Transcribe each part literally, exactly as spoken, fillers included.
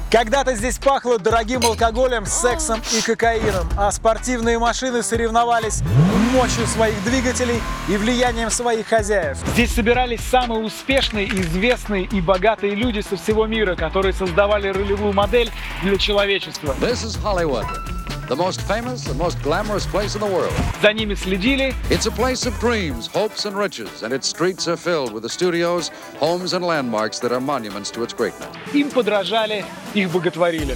Когда-то здесь пахло дорогим алкоголем, сексом и кокаином, а спортивные машины соревновались мощью своих двигателей и влиянием своих хозяев. Здесь собирались самые успешные, известные и богатые люди со всего мира, которые создавали ролевую модель для человечества. This is Hollywood, the most famous and most glamorous place in the world. За ними следили. It's a place of dreams, hopes and riches, and its streets are filled with the studios, homes and landmarks that are monuments to its greatness. Им подражали, их боготворили.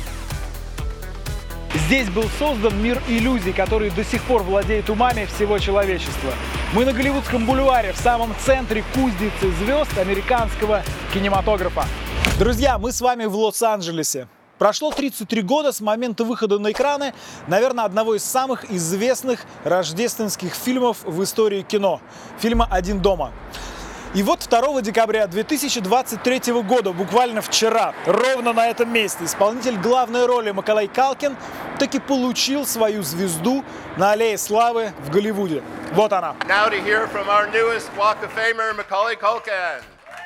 Здесь был создан мир иллюзий, который до сих пор владеет умами всего человечества. Мы на Голливудском бульваре, в самом центре кузницы звезд американского кинематографа. Друзья, мы с вами в Лос-Анджелесе. Прошло тридцать три года с момента выхода на экраны, наверное, одного из самых известных рождественских фильмов в истории кино – фильма «Один дома». И вот второго декабря две тысячи двадцать третьего года, буквально вчера, ровно на этом месте, исполнитель главной роли Маколей Калкин таки получил свою звезду на Аллее Славы в Голливуде. Вот она. Now to hear from our newest Walk of Famer, Macaulay Culkin.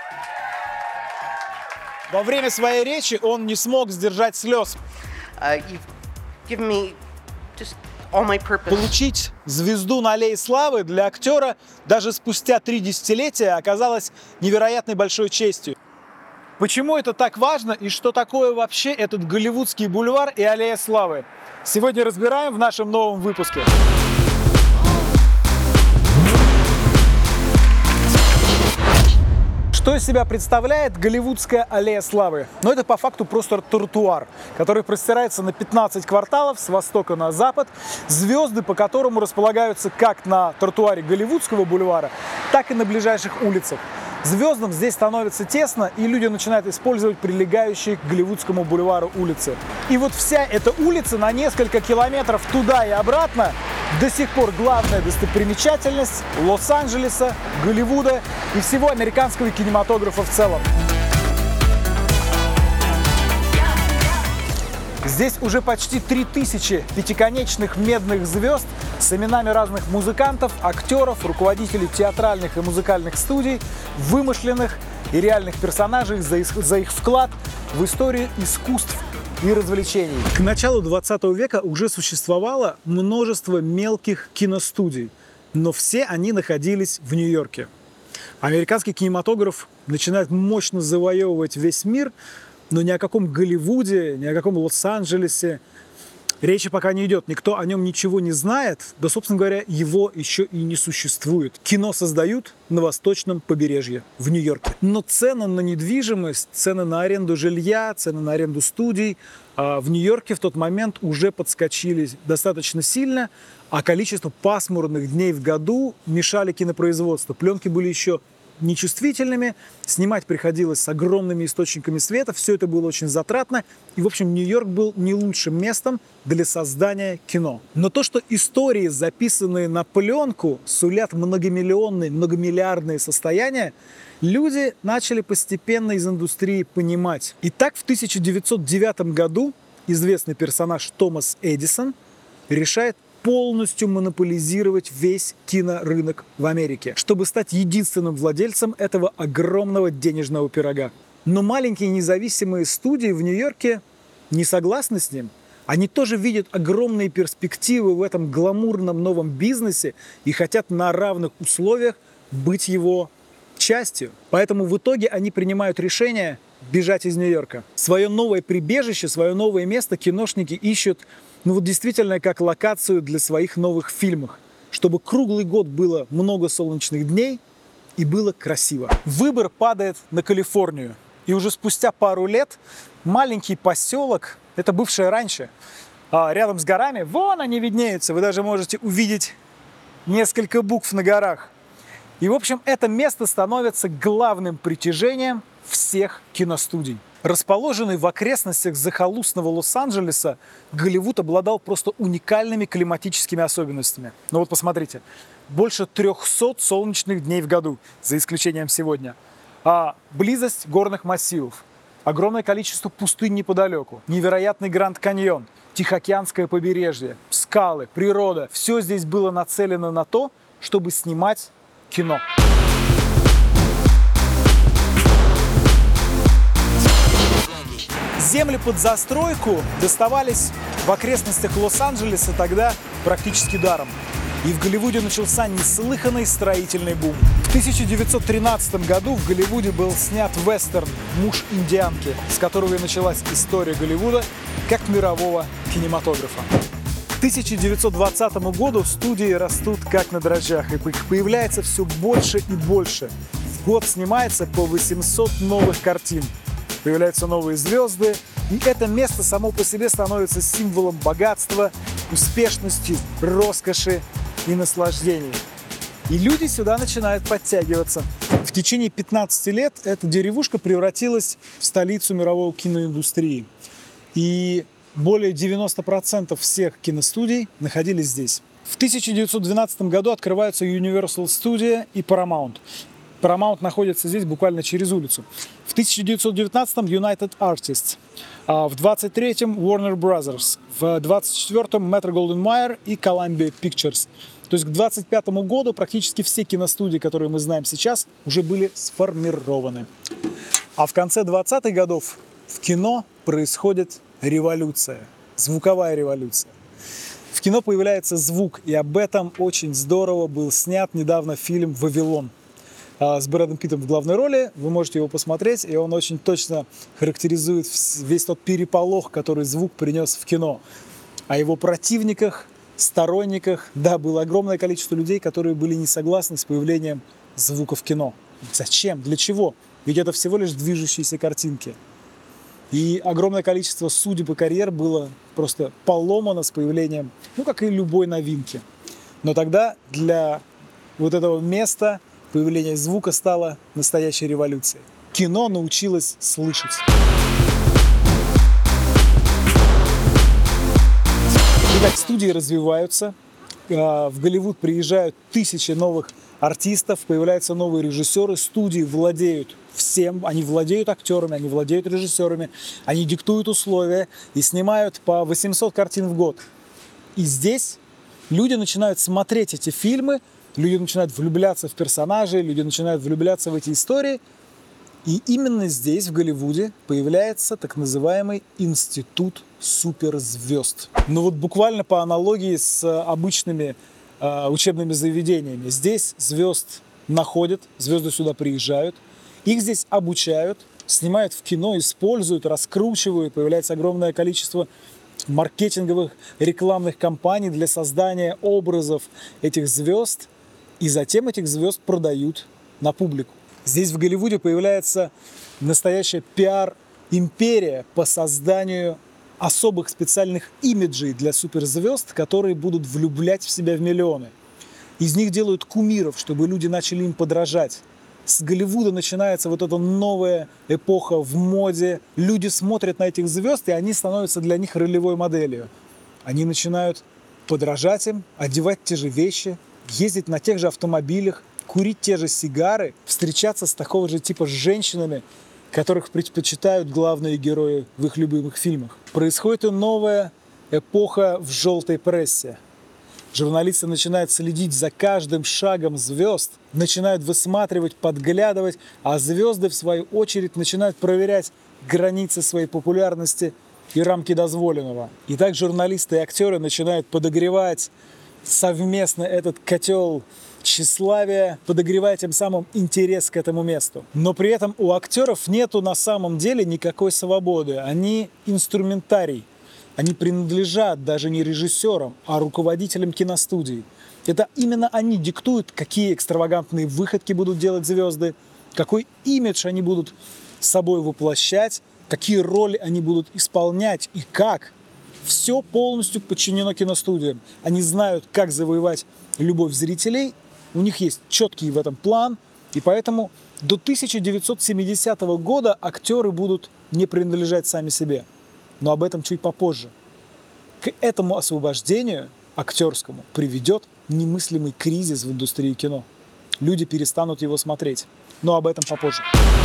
Во время своей речи он не смог сдержать слез. Uh, you've given me just all my purpose. Получить звезду на Аллее Славы для актера даже спустя три десятилетия оказалось невероятной большой честью. Почему это так важно и что такое вообще этот голливудский бульвар и Аллея Славы? Сегодня разбираем в нашем новом выпуске. Что из себя представляет голливудская Аллея Славы? Ну, это по факту просто тротуар, который простирается на пятнадцать кварталов с востока на запад, звезды по которому располагаются как на тротуаре Голливудского бульвара, так и на ближайших улицах. Звездам здесь становится тесно, и люди начинают использовать прилегающие к Голливудскому бульвару улицы. И вот вся эта улица на несколько километров туда и обратно до сих пор главная достопримечательность Лос-Анджелеса, Голливуда и всего американского кинематографа в целом. Здесь уже почти три тысячи пятиконечных медных звезд с именами разных музыкантов, актеров, руководителей театральных и музыкальных студий, вымышленных и реальных персонажей за их, за их вклад в историю искусств и развлечений. К началу двадцатого века уже существовало множество мелких киностудий, но все они находились в Нью-Йорке. Американский кинематограф начинает мощно завоевывать весь мир, но ни о каком Голливуде, ни о каком Лос-Анджелесе речи пока не идет. Никто о нем ничего не знает, да, собственно говоря, его еще и не существует. Кино создают на восточном побережье, в Нью-Йорке. Но цены на недвижимость, цены на аренду жилья, цены на аренду студий в Нью-Йорке в тот момент уже подскочили достаточно сильно, а количество пасмурных дней в году мешали кинопроизводству. Пленки были еще нечувствительными, снимать приходилось с огромными источниками света, все это было очень затратно, и, в общем, Нью-Йорк был не лучшим местом для создания кино. Но то, что истории, записанные на пленку, сулят многомиллионные, многомиллиардные состояния, люди начали постепенно из индустрии понимать. И так в тысяча девятьсот девятом году известный персонаж Томас Эдисон решает полностью монополизировать весь кинорынок в Америке, чтобы стать единственным владельцем этого огромного денежного пирога. Но маленькие независимые студии в Нью-Йорке не согласны с ним. Они тоже видят огромные перспективы в этом гламурном новом бизнесе и хотят на равных условиях быть его частью. Поэтому в итоге они принимают решение бежать из Нью-Йорка. Свое новое прибежище, свое новое место киношники ищут, ну вот действительно, как локацию для своих новых фильмов, чтобы круглый год было много солнечных дней и было красиво. Выбор падает на Калифорнию. И уже спустя пару лет маленький поселок, это бывшее раньше, рядом с горами, вон они виднеются, вы даже можете увидеть несколько букв на горах. И, в общем, это место становится главным притяжением всех киностудий. Расположенный в окрестностях захолустного Лос-Анджелеса, Голливуд обладал просто уникальными климатическими особенностями. Ну вот посмотрите, больше трехсот солнечных дней в году, за исключением сегодня. А близость горных массивов, огромное количество пустынь неподалеку, невероятный Гранд Каньон, Тихоокеанское побережье, скалы, природа. Все здесь было нацелено на то, чтобы снимать кино. Земли под застройку доставались в окрестностях Лос-Анджелеса тогда практически даром. И в Голливуде начался неслыханный строительный бум. В тысяча девятьсот тринадцатом году в Голливуде был снят вестерн «Муж индианки», с которого и началась история Голливуда как мирового кинематографа. К тысяча девятьсот двадцатому году студии растут как на дрожжах, и их появляется все больше и больше. В год снимается по восемьсот новых картин. Появляются новые звезды, и это место само по себе становится символом богатства, успешности, роскоши и наслаждений. И люди сюда начинают подтягиваться. В течение пятнадцати лет эта деревушка превратилась в столицу мировой киноиндустрии. И более девяноста процентов всех киностудий находились здесь. В тысяча девятьсот двенадцатом году открываются Universal Studio и Paramount. Paramount находится здесь буквально через улицу. В тысяча девятьсот девятнадцатом United Artists, в двадцать третьем Warner Brothers, в двадцать четвёртом Metro-Goldwyn-Mayer и Columbia Pictures. То есть к двадцать пятому году практически все киностудии, которые мы знаем сейчас, уже были сформированы. А в конце двадцатых годов в кино происходит революция, звуковая революция. В кино появляется звук, и об этом очень здорово был снят недавно фильм «Вавилон» с Брэдом Питтом в главной роли. Вы можете его посмотреть, и он очень точно характеризует весь тот переполох, который звук принес в кино. О его противниках, сторонниках. Да, было огромное количество людей, которые были не согласны с появлением звука в кино. Зачем? Для чего? Ведь это всего лишь движущиеся картинки. И огромное количество судеб и карьер было просто поломано с появлением, ну, как и любой новинки. Но тогда для вот этого места появление звука стало настоящей революцией. Кино научилось слышать. Итак, студии развиваются. В Голливуд приезжают тысячи новых артистов, появляются новые режиссеры, студии владеют всем, они владеют актерами, они владеют режиссерами, они диктуют условия и снимают по восемьсот картин в год. И здесь люди начинают смотреть эти фильмы, люди начинают влюбляться в персонажей, люди начинают влюбляться в эти истории. И именно здесь, в Голливуде, появляется так называемый институт суперзвезд. Ну вот буквально по аналогии с обычными э, учебными заведениями. Здесь звезд находят, звезды сюда приезжают, их здесь обучают, снимают в кино, используют, раскручивают. Появляется огромное количество маркетинговых рекламных кампаний для создания образов этих звезд. И затем этих звезд продают на публику. Здесь в Голливуде появляется настоящая пиар-империя по созданию особых специальных имиджей для суперзвезд, которые будут влюблять в себя в миллионы. Из них делают кумиров, чтобы люди начали им подражать. С Голливуда начинается вот эта новая эпоха в моде. Люди смотрят на этих звезд, и они становятся для них ролевой моделью. Они начинают подражать им, одевать те же вещи, ездить на тех же автомобилях, курить те же сигары, встречаться с такого же типа женщинами, которых предпочитают главные герои в их любимых фильмах. Происходит и новая эпоха в желтой прессе. Журналисты начинают следить за каждым шагом звезд, начинают высматривать, подглядывать, а звезды, в свою очередь, начинают проверять границы своей популярности и рамки дозволенного. И так журналисты и актеры начинают подогревать совместно этот котел тщеславия, подогревая тем самым интерес к этому месту. Но при этом у актеров нету на самом деле никакой свободы. Они инструментарий. Они принадлежат даже не режиссерам, а руководителям киностудий. Это именно они диктуют, какие экстравагантные выходки будут делать звезды, какой имидж они будут с собой воплощать, какие роли они будут исполнять и как. Все полностью подчинено киностудиям. Они знают, как завоевать любовь зрителей. У них есть четкий в этом план. И поэтому до тысяча девятьсот семидесятого года актеры будут не принадлежать сами себе. Но об этом чуть попозже. К этому освобождению актерскому приведет немыслимый кризис в индустрии кино. Люди перестанут его смотреть. Но об этом попозже.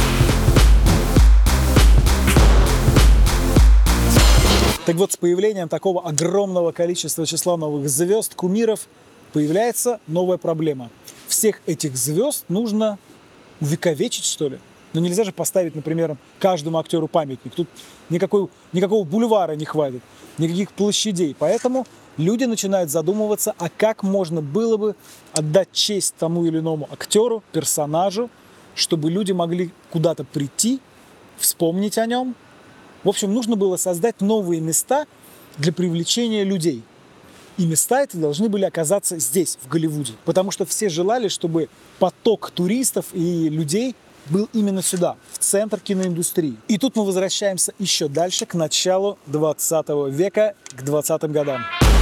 Так вот, с появлением такого огромного количества числа новых звезд, кумиров, появляется новая проблема. Всех этих звезд нужно увековечить, что ли? Но нельзя же поставить, например, каждому актеру памятник. Тут никакой, никакого бульвара не хватит, никаких площадей. Поэтому люди начинают задумываться, а как можно было бы отдать честь тому или иному актеру, персонажу, чтобы люди могли куда-то прийти, вспомнить о нем. В общем, нужно было создать новые места для привлечения людей. И места эти должны были оказаться здесь, в Голливуде. Потому что все желали, чтобы поток туристов и людей был именно сюда, в центр киноиндустрии. И тут мы возвращаемся еще дальше, к началу двадцатого века, к двадцатым годам.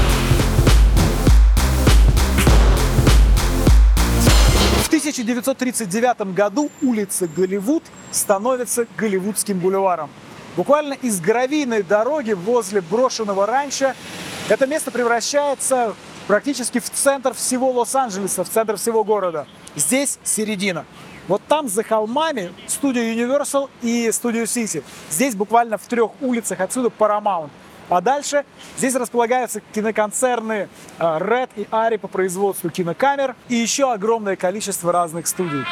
В тысяча девятьсот тридцать девятом году улица Голливуд становится Голливудским бульваром. Буквально из гравийной дороги возле брошенного ранчо это место превращается практически в центр всего Лос-Анджелеса, в центр всего города. Здесь середина. Вот там за холмами студия Universal и Studio City. Здесь буквально в трех улицах отсюда Paramount. А дальше здесь располагаются киноконцерны Red и Ari по производству кинокамер и еще огромное количество разных студий.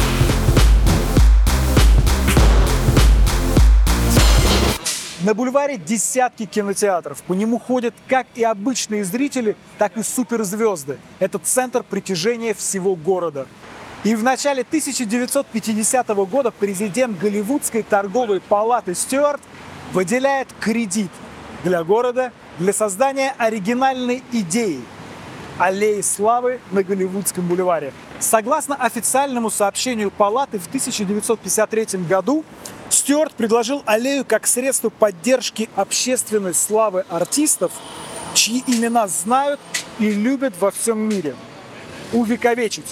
На бульваре десятки кинотеатров. По нему ходят как и обычные зрители, так и суперзвезды. Это центр притяжения всего города. И в начале тысяча девятьсот пятидесятого года президент Голливудской торговой палаты Стюарт выделяет кредит для города для создания оригинальной идеи – аллеи славы на Голливудском бульваре. Согласно официальному сообщению палаты, в тысяча девятьсот пятьдесят третьем году Стюарт предложил аллею как средство поддержки общественной славы артистов, чьи имена знают и любят во всем мире. Увековечить.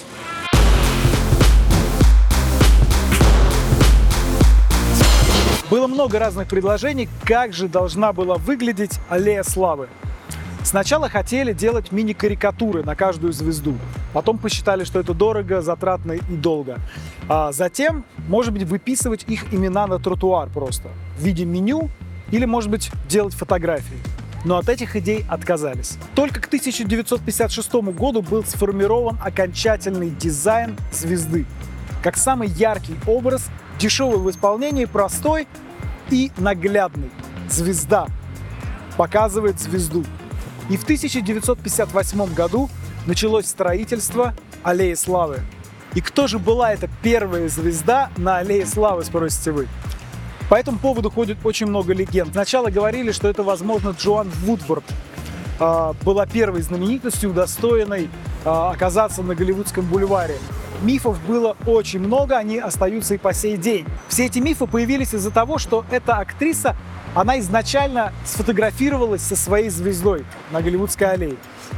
Было много разных предложений, как же должна была выглядеть аллея славы. Сначала хотели делать мини-карикатуры на каждую звезду. Потом посчитали, что это дорого, затратно и долго. А затем, может быть, выписывать их имена на тротуар просто в виде меню или, может быть, делать фотографии. Но от этих идей отказались. Только к тысяча девятьсот пятьдесят шестому году был сформирован окончательный дизайн звезды. Как самый яркий образ, дешевый в исполнении, простой и наглядный. Звезда показывает звезду. И в тысяча девятьсот пятьдесят восьмом году началось строительство аллеи славы. И кто же была эта первая звезда на аллее славы, спросите вы? По этому поводу ходит очень много легенд. Сначала говорили, что это, возможно, Джоан Вудворд э, была первой знаменитостью, удостоенной э, оказаться на Голливудском бульваре. Мифов было очень много, они остаются и по сей день. Все эти мифы появились из-за того, что эта актриса, она изначально сфотографировалась со своей звездой на Голливудской аллее.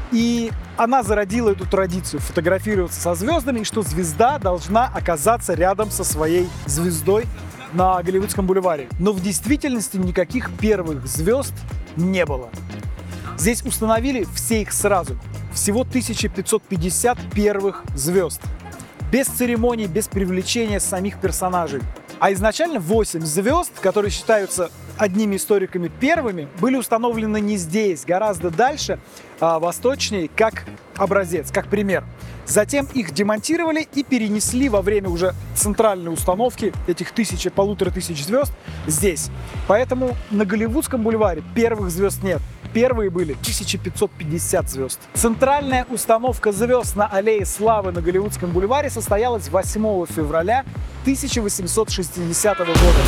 И она зародила эту традицию фотографироваться со звездами, и что звезда должна оказаться рядом со своей звездой на Голливудском бульваре. Но в действительности никаких первых звезд не было. Здесь установили все их сразу. Всего тысяча пятьсот пятьдесят первых звезд. Без церемоний, без привлечения самих персонажей. А изначально восемь звезд, которые считаются одними историками первыми, были установлены не здесь, гораздо дальше, а восточнее, как образец, как пример. Затем их демонтировали и перенесли во время уже центральной установки этих тысячи, полутора тысяч звезд здесь. Поэтому на Голливудском бульваре первых звезд нет. Первые были тысяча пятьсот пятьдесят звезд. Центральная установка звезд на аллее славы на Голливудском бульваре состоялась восьмого февраля тысяча восемьсот шестидесятого года.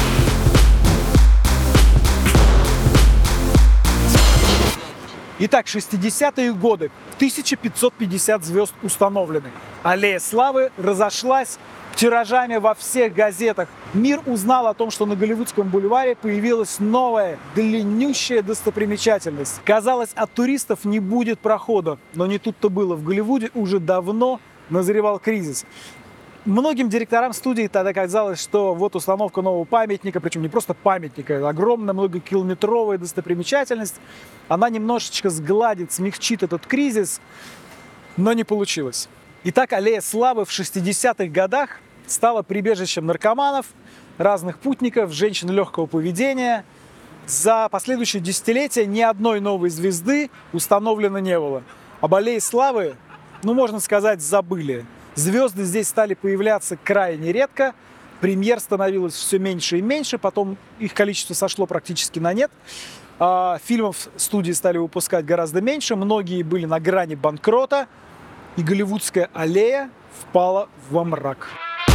Итак, шестидесятые годы, тысяча пятьсот пятьдесят звезд установлены. Аллея славы разошлась тиражами во всех газетах. Мир узнал о том, что на Голливудском бульваре появилась новая, длиннющая достопримечательность. Казалось, от туристов не будет прохода, но не тут-то было. В Голливуде уже давно назревал кризис. Многим директорам студии тогда казалось, что вот установка нового памятника, причем не просто памятника, а огромная многокилометровая достопримечательность, она немножечко сгладит, смягчит этот кризис, но не получилось. Итак, аллея славы в шестидесятых годах стала прибежищем наркоманов, разных путников, женщин легкого поведения. За последующие десятилетия ни одной новой звезды установлено не было. Об аллее славы, ну, можно сказать, забыли. Звезды здесь стали появляться крайне редко, премьер становилось все меньше и меньше, потом их количество сошло практически на нет. А, фильмов студии стали выпускать гораздо меньше, многие были на грани банкрота, и голливудская аллея впала во мрак.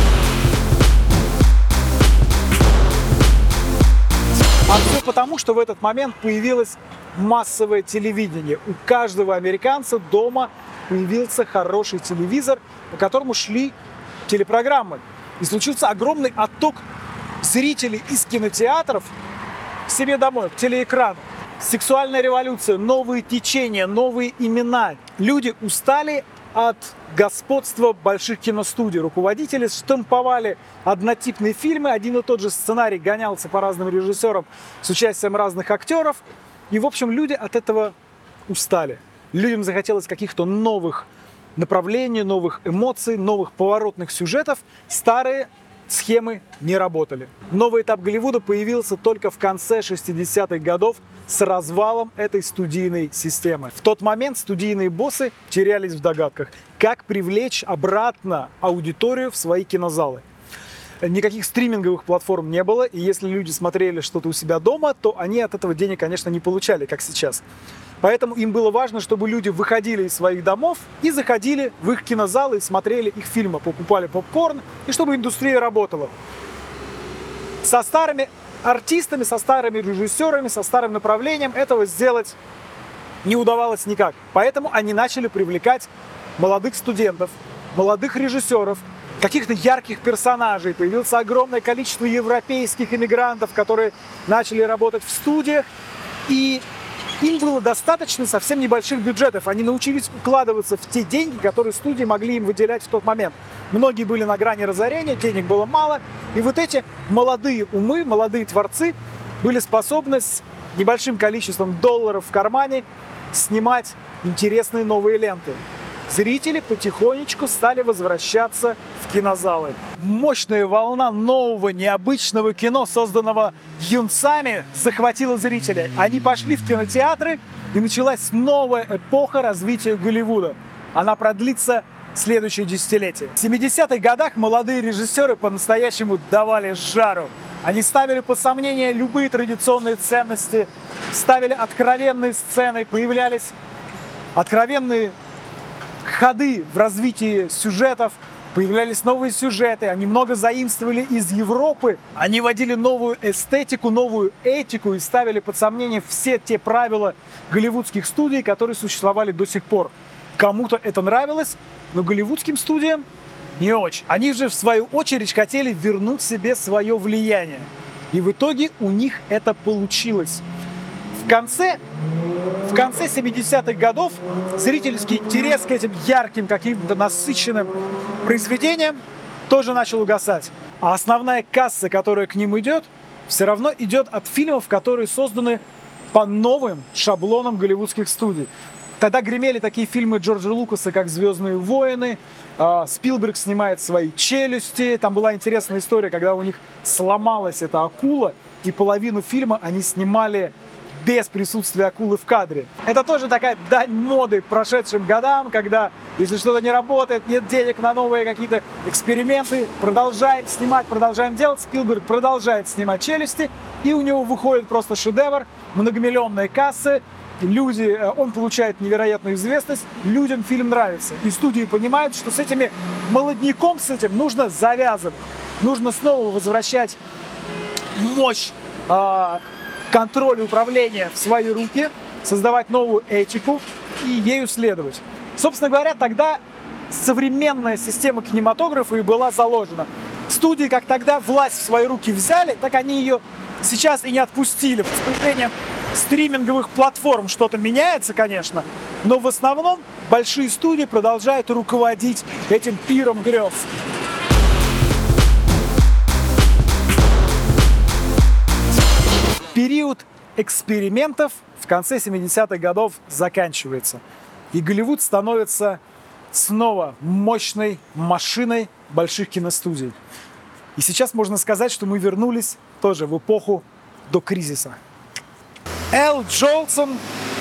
А все потому, что в этот момент появилось массовое телевидение. У каждого американца дома появился хороший телевизор, по которому шли телепрограммы. И случился огромный отток зрителей из кинотеатров к себе домой, к телеэкрану. Сексуальная революция, новые течения, новые имена. Люди устали от господства больших киностудий. Руководители штамповали однотипные фильмы, один и тот же сценарий гонялся по разным режиссерам с участием разных актеров. И, в общем, люди от этого устали. Людям захотелось каких-то новых направлений, новых эмоций, новых поворотных сюжетов. Старые схемы не работали. Новый этап Голливуда появился только в конце шестидесятых годов с развалом этой студийной системы. В тот момент студийные боссы терялись в догадках, как привлечь обратно аудиторию в свои кинозалы. Никаких стриминговых платформ не было, и если люди смотрели что-то у себя дома, то они от этого денег, конечно, не получали, как сейчас. Поэтому им было важно, чтобы люди выходили из своих домов и заходили в их кинозалы и смотрели их фильмы, покупали попкорн, и чтобы индустрия работала. Со старыми артистами, со старыми режиссерами, со старым направлением этого сделать не удавалось никак. Поэтому они начали привлекать молодых студентов, молодых режиссеров, каких-то ярких персонажей. Появилось огромное количество европейских иммигрантов, которые начали работать в студиях, и им было достаточно совсем небольших бюджетов. Они научились укладываться в те деньги, которые студии могли им выделять в тот момент. Многие были на грани разорения, денег было мало. И вот эти молодые умы, молодые творцы были способны с небольшим количеством долларов в кармане снимать интересные новые ленты. Зрители потихонечку стали возвращаться в кинозалы. Мощная волна нового, необычного кино, созданного юнцами, захватила зрителей. Они пошли в кинотеатры, и началась новая эпоха развития Голливуда. Она продлится следующее десятилетие. В семидесятых годах молодые режиссеры по-настоящему давали жару. Они ставили под сомнение любые традиционные ценности, ставили откровенные сцены, появлялись откровенные ходы в развитии сюжетов, появлялись новые сюжеты, они много заимствовали из Европы, они вводили новую эстетику, новую этику и ставили под сомнение все те правила голливудских студий, которые существовали до сих пор. Кому-то это нравилось, но голливудским студиям не очень. Они же, в свою очередь, хотели вернуть себе свое влияние. И в итоге у них это получилось. В конце В конце семидесятых годов зрительский интерес к этим ярким, каким-то насыщенным произведениям тоже начал угасать. А основная касса, которая к ним идет, все равно идет от фильмов, которые созданы по новым шаблонам голливудских студий. Тогда гремели такие фильмы Джорджа Лукаса, как «Звездные войны», Спилберг снимает «Свои челюсти». Там была интересная история, когда у них сломалась эта акула, и половину фильма они снимали без присутствия акулы в кадре. Это тоже такая дань моды прошедшим годам, когда, если что-то не работает, нет денег на новые какие-то эксперименты, продолжаем снимать, продолжаем делать. Спилберг продолжает снимать «Челюсти», и у него выходит просто шедевр, многомиллионные кассы, люди, он получает невероятную известность, людям фильм нравится. И студии понимают, что с этими молодняком, с этим нужно завязывать, нужно снова возвращать мощь, контроль и управление в свои руки, создавать новую этику и ею следовать. Собственно говоря, тогда современная система кинематографа и была заложена. Студии, как тогда власть в свои руки взяли, так они ее сейчас и не отпустили. С появлением стриминговых платформ что-то меняется, конечно, но в основном большие студии продолжают руководить этим пиром грез. Период экспериментов в конце семидесятых годов заканчивается. И Голливуд становится снова мощной машиной больших киностудий. И сейчас можно сказать, что мы вернулись тоже в эпоху до кризиса. Эл Джолсон,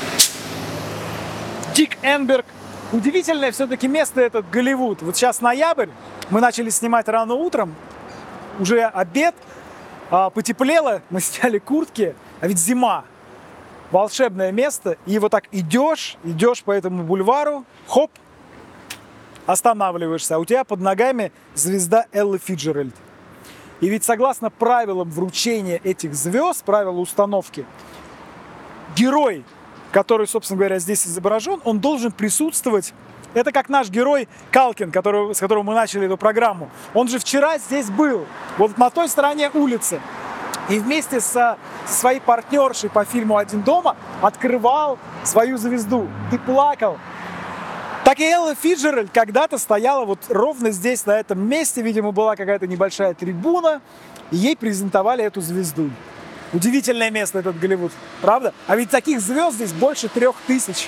Дик Энберг. Удивительное все-таки место этот Голливуд. Вот сейчас ноябрь, мы начали снимать рано утром. уже обед, а, потеплело, мы сняли куртки, а ведь зима. Волшебное место, и вот так идешь, идешь по этому бульвару, хоп, останавливаешься, а у тебя под ногами звезда Эллы Фицджеральд. И ведь согласно правилам вручения этих звезд, правила установки, герой, который, собственно говоря, здесь изображен, он должен присутствовать. Это как наш герой Калкин, который, с которого мы начали эту программу. Он же вчера здесь был, вот на той стороне улицы. И вместе со, со своей партнершей по фильму «Один дома» открывал свою звезду и плакал. Так и Элла Фицджеральд когда-то стояла вот ровно здесь, на этом месте. Видимо, была какая-то небольшая трибуна, и ей презентовали эту звезду. Удивительное место этот Голливуд, правда? А ведь таких звезд здесь больше трех тысяч.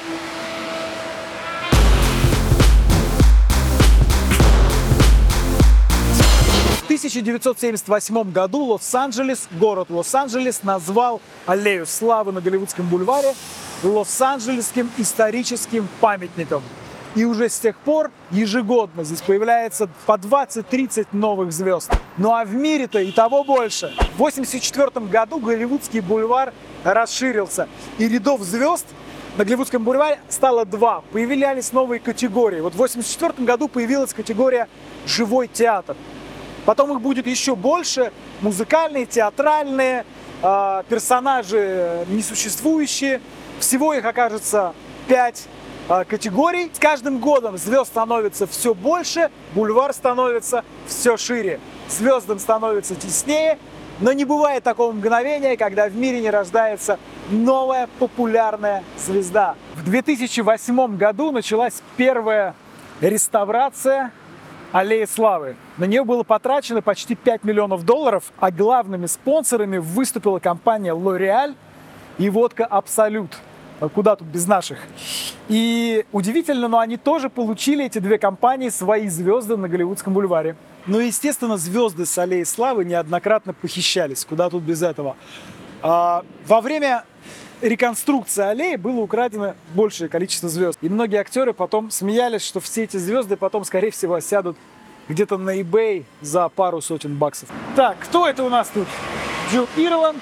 В тысяча девятьсот семьдесят восьмом году Лос-Анджелес, город Лос-Анджелес, назвал аллею славы на Голливудском бульваре Лос-Анджелесским историческим памятником. И уже с тех пор ежегодно здесь появляется по двадцать-тридцать новых звезд. Ну а в мире-то и того больше. В восемьдесят четвёртом году Голливудский бульвар расширился. И рядов звезд на Голливудском бульваре стало два. Появлялись новые категории. Вот в восемьдесят четвёртом году появилась категория «Живой театр». Потом их будет еще больше. Музыкальные, театральные, э, персонажи несуществующие. Всего их окажется пять категорий. С каждым годом звезд становится все больше, бульвар становится все шире. Звездам становится теснее, но не бывает такого мгновения, когда в мире не рождается новая популярная звезда. В две тысячи восьмом году началась первая реставрация Аллеи Славы. На нее было потрачено почти пять миллионов долларов, а главными спонсорами выступила компания L'Oréal и водка Absolut. Куда тут без наших? И удивительно, но они тоже получили, эти две компании, свои звезды на Голливудском бульваре. Ну и, естественно, звезды с Аллеи Славы неоднократно похищались. Куда тут без этого? А, во время реконструкции аллеи было украдено большее количество звезд. И многие актеры потом смеялись, что все эти звезды потом, скорее всего, сядут где-то на eBay за пару сотен баксов. Так, кто это у нас тут? Джилл Ирланд,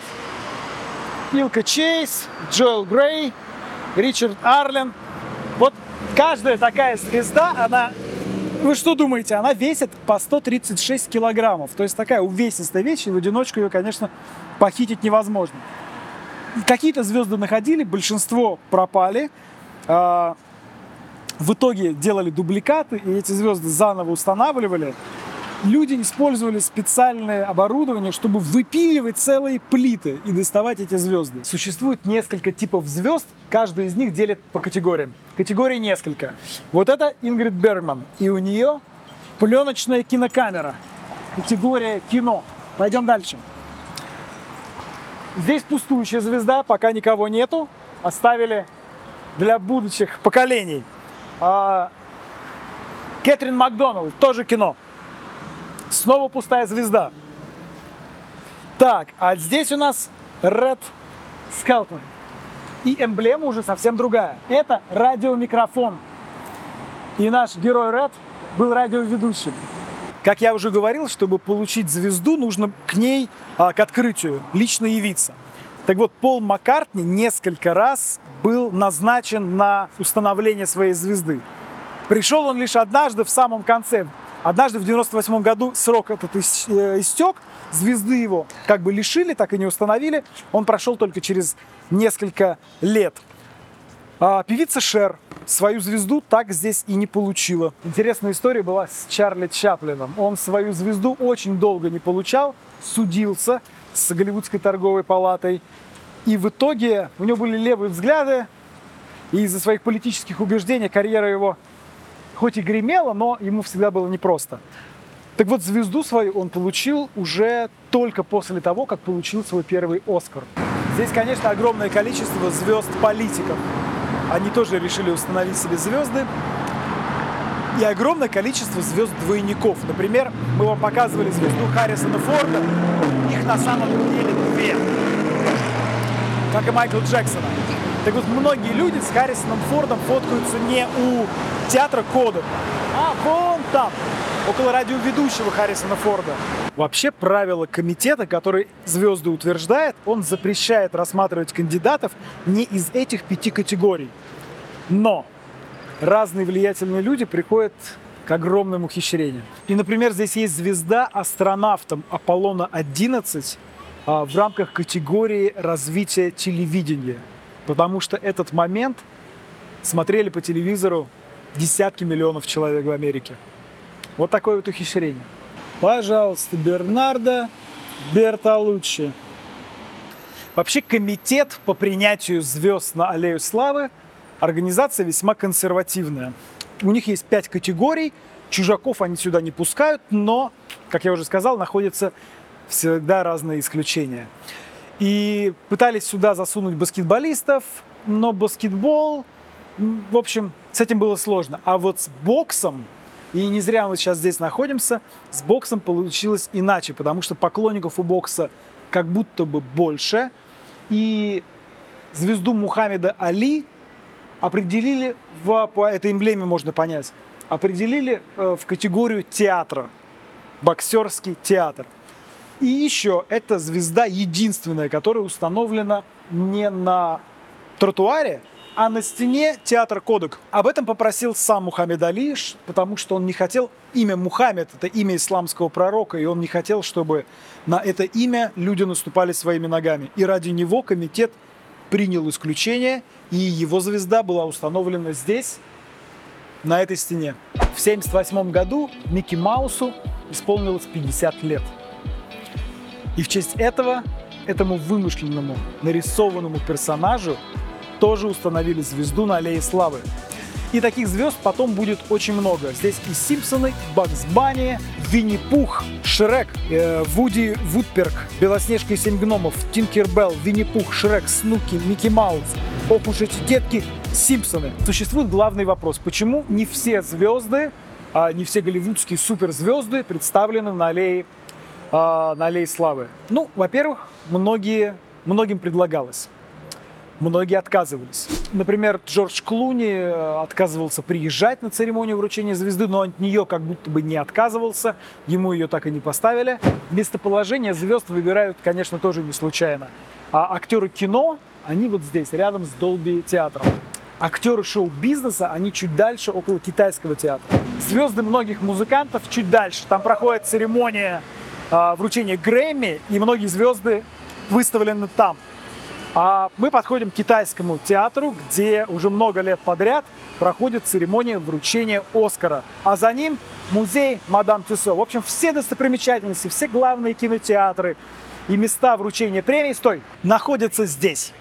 Илка Чейз, Джоэл Грей, Ричард Арлен. Вот каждая такая звезда, она, вы что думаете, она весит по сто тридцать шесть килограммов. То есть такая увесистая вещь, и в одиночку ее, конечно, похитить невозможно. Какие-то звезды находили, большинство пропали. В итоге делали дубликаты, и эти звезды заново устанавливали. Люди использовали специальное оборудование, чтобы выпиливать целые плиты и доставать эти звезды. Существует несколько типов звезд, каждый из них делят по категориям. Категорий несколько. Вот это Ингрид Бергман, и у нее пленочная кинокамера. Категория кино. Пойдем дальше. Здесь пустующая звезда, пока никого нету. Оставили для будущих поколений. А, Кэтрин Макдоналд, тоже кино. Снова пустая звезда. Так, а здесь у нас Ред Скелтон. И эмблема уже совсем другая. Это радиомикрофон. И наш герой Ред был радиоведущим. Как я уже говорил, чтобы получить звезду, нужно к ней, а, к открытию, лично явиться. Так вот, Пол Маккартни несколько раз был назначен на установление своей звезды. Пришел он лишь однажды в самом конце. Однажды в девяносто восьмом году срок этот истек, звезды его как бы лишили, так и не установили. Он прошел только через несколько лет. А певица Шер свою звезду так здесь и не получила. Интересная история была с Чарли Чаплином. Он свою звезду очень долго не получал, судился с Голливудской торговой палатой. И в итоге у него были левые взгляды, и из-за своих политических убеждений карьера его хоть и гремела, но ему всегда было непросто. Так вот, звезду свою он получил уже только после того, как получил свой первый Оскар. Здесь, конечно, огромное количество звезд политиков. Они тоже решили установить себе звезды. И огромное количество звезд двойников. Например, мы вам показывали звезду Харрисона Форда. Их на самом деле две. Как и Майкла Джексона. Так вот, многие люди с Харрисоном Фордом фоткаются не у театра Коды, а вон там, около радиоведущего Харрисона Форда. Вообще правило комитета, который звезды утверждает, он запрещает рассматривать кандидатов не из этих пяти категорий. Но разные влиятельные люди приходят к огромным ухищрениям. И, например, здесь есть звезда астронавтом Аполлона одиннадцать а, в рамках категории развития телевидения. Потому что этот момент смотрели по телевизору десятки миллионов человек в Америке. Вот такое вот ухищрение. Пожалуйста, Бернардо Бертолуччи. Вообще, комитет по принятию звезд на Аллею Славы – организация весьма консервативная. У них есть пять категорий, чужаков они сюда не пускают, но, как я уже сказал, находятся всегда разные исключения. И пытались сюда засунуть баскетболистов, но баскетбол, в общем, с этим было сложно. А вот с боксом, и не зря мы сейчас здесь находимся, с боксом получилось иначе, потому что поклонников у бокса как будто бы больше. И звезду Мухаммеда Али определили, в, по этой эмблеме можно понять, определили в категорию театра, боксерский театр. И еще эта звезда единственная, которая установлена не на тротуаре, а на стене театра Кодак. Об этом попросил сам Мухаммед Али, потому что он не хотел имя Мухаммед, это имя исламского пророка, и он не хотел, чтобы на это имя люди наступали своими ногами. И ради него комитет принял исключение, и его звезда была установлена здесь, на этой стене. В семьдесят восьмом году Микки Маусу исполнилось пятьдесят лет. И в честь этого, этому вымышленному, нарисованному персонажу тоже установили звезду на Аллее Славы. И таких звезд потом будет очень много. Здесь и Симпсоны, Бакс Банни, Винни-Пух, Шрек, э, Вуди Вудперк, Белоснежка и семь гномов, Тинкербелл, Винни-Пух, Шрек, Снуки, Микки Маус. Ох уж эти детки, Симпсоны. Существует главный вопрос, почему не все звезды, а не все голливудские суперзвезды представлены на аллее, а, на аллее Славы? Ну, во-первых, многие, многим предлагалось. Многие отказывались. Например, Джордж Клуни отказывался приезжать на церемонию вручения звезды, но от нее как будто бы не отказывался. Ему ее так и не поставили. Местоположение звезд выбирают, конечно, тоже не случайно. А актеры кино, они вот здесь, рядом с Долби театром. Актеры шоу-бизнеса, они чуть дальше, около китайского театра. Звезды многих музыкантов чуть дальше. Там проходит церемония э, вручения Грэмми, и многие звезды выставлены там. А мы подходим к китайскому театру, где уже много лет подряд проходит церемония вручения Оскара. А за ним музей Мадам Тюссо. В общем, все достопримечательности, все главные кинотеатры и места вручения премий, стой, находятся здесь.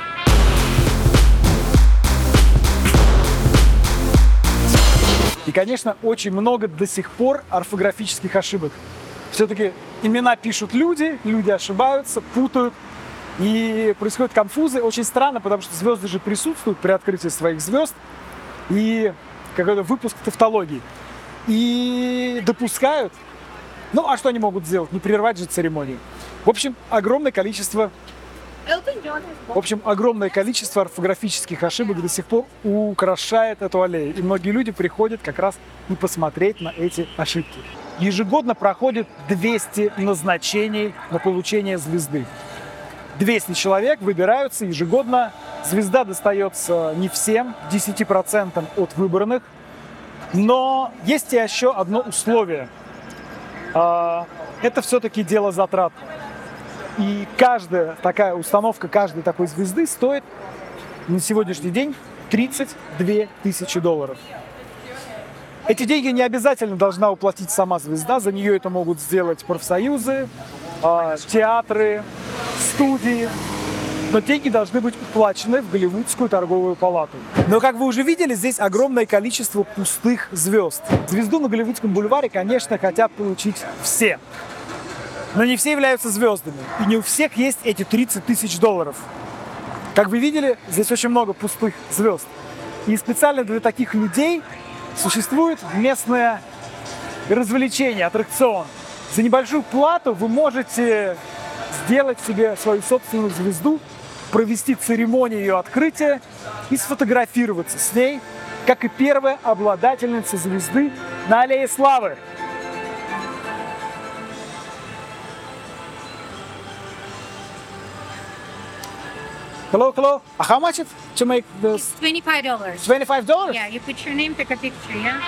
И, конечно, очень много до сих пор орфографических ошибок. Все-таки имена пишут люди, люди ошибаются, путают. И происходят конфузы. Очень странно, потому что звезды же присутствуют при открытии своих звезд. И какой-то выпуск тавтологии. И допускают. Ну, а что они могут сделать? Не прервать же церемонию. В общем, огромное количество... В общем, огромное количество орфографических ошибок до сих пор украшает эту аллею. И многие люди приходят как раз и посмотреть на эти ошибки. Ежегодно проходит двести назначений на получение звезды. двести человек выбираются ежегодно. Звезда достается не всем, десяти процентам от выбранных. Но есть и еще одно условие. Это все-таки дело затратно. И каждая такая установка, каждой такой звезды стоит на сегодняшний день тридцать две тысячи долларов. Эти деньги не обязательно должна уплатить сама звезда. За нее это могут сделать профсоюзы, театры, студии, но деньги должны быть уплачены в Голливудскую торговую палату. Но, как вы уже видели, здесь огромное количество пустых звезд. Звезду на Голливудском бульваре, конечно, хотят получить все. Но не все являются звездами. И не у всех есть эти тридцать тысяч долларов. Как вы видели, здесь очень много пустых звезд. И специально для таких людей существует местное развлечение, аттракцион. За небольшую плату вы можете сделать себе свою собственную звезду, провести церемонию ее открытия и сфотографироваться с ней, как и первая обладательница звезды на Аллее Славы. Hello, hello. Uh, how much it to make this? It's twenty-five dollars. twenty-five dollars? Yeah, you put your name, take a picture, yeah?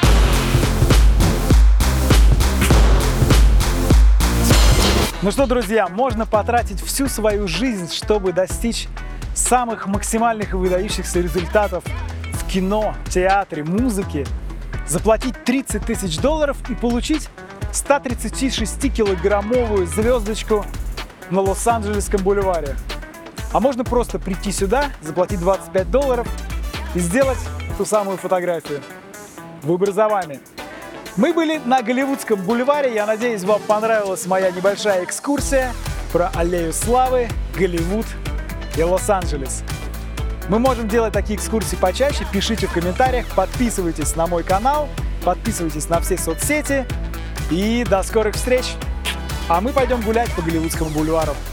Ну что, друзья, можно потратить всю свою жизнь, чтобы достичь самых максимальных и выдающихся результатов в кино, театре, музыке, заплатить тридцать тысяч долларов и получить сто тридцать шесть килограммовую звездочку на Лос-Анджелесском бульваре. А можно просто прийти сюда, заплатить двадцать пять долларов и сделать ту самую фотографию. Выбор за вами. Мы были на Голливудском бульваре. Я надеюсь, вам понравилась моя небольшая экскурсия про аллею славы, Голливуд и Лос-Анджелес. Мы можем делать такие экскурсии почаще. Пишите в комментариях, подписывайтесь на мой канал, подписывайтесь на все соцсети. И до скорых встреч! А мы пойдем гулять по Голливудскому бульвару.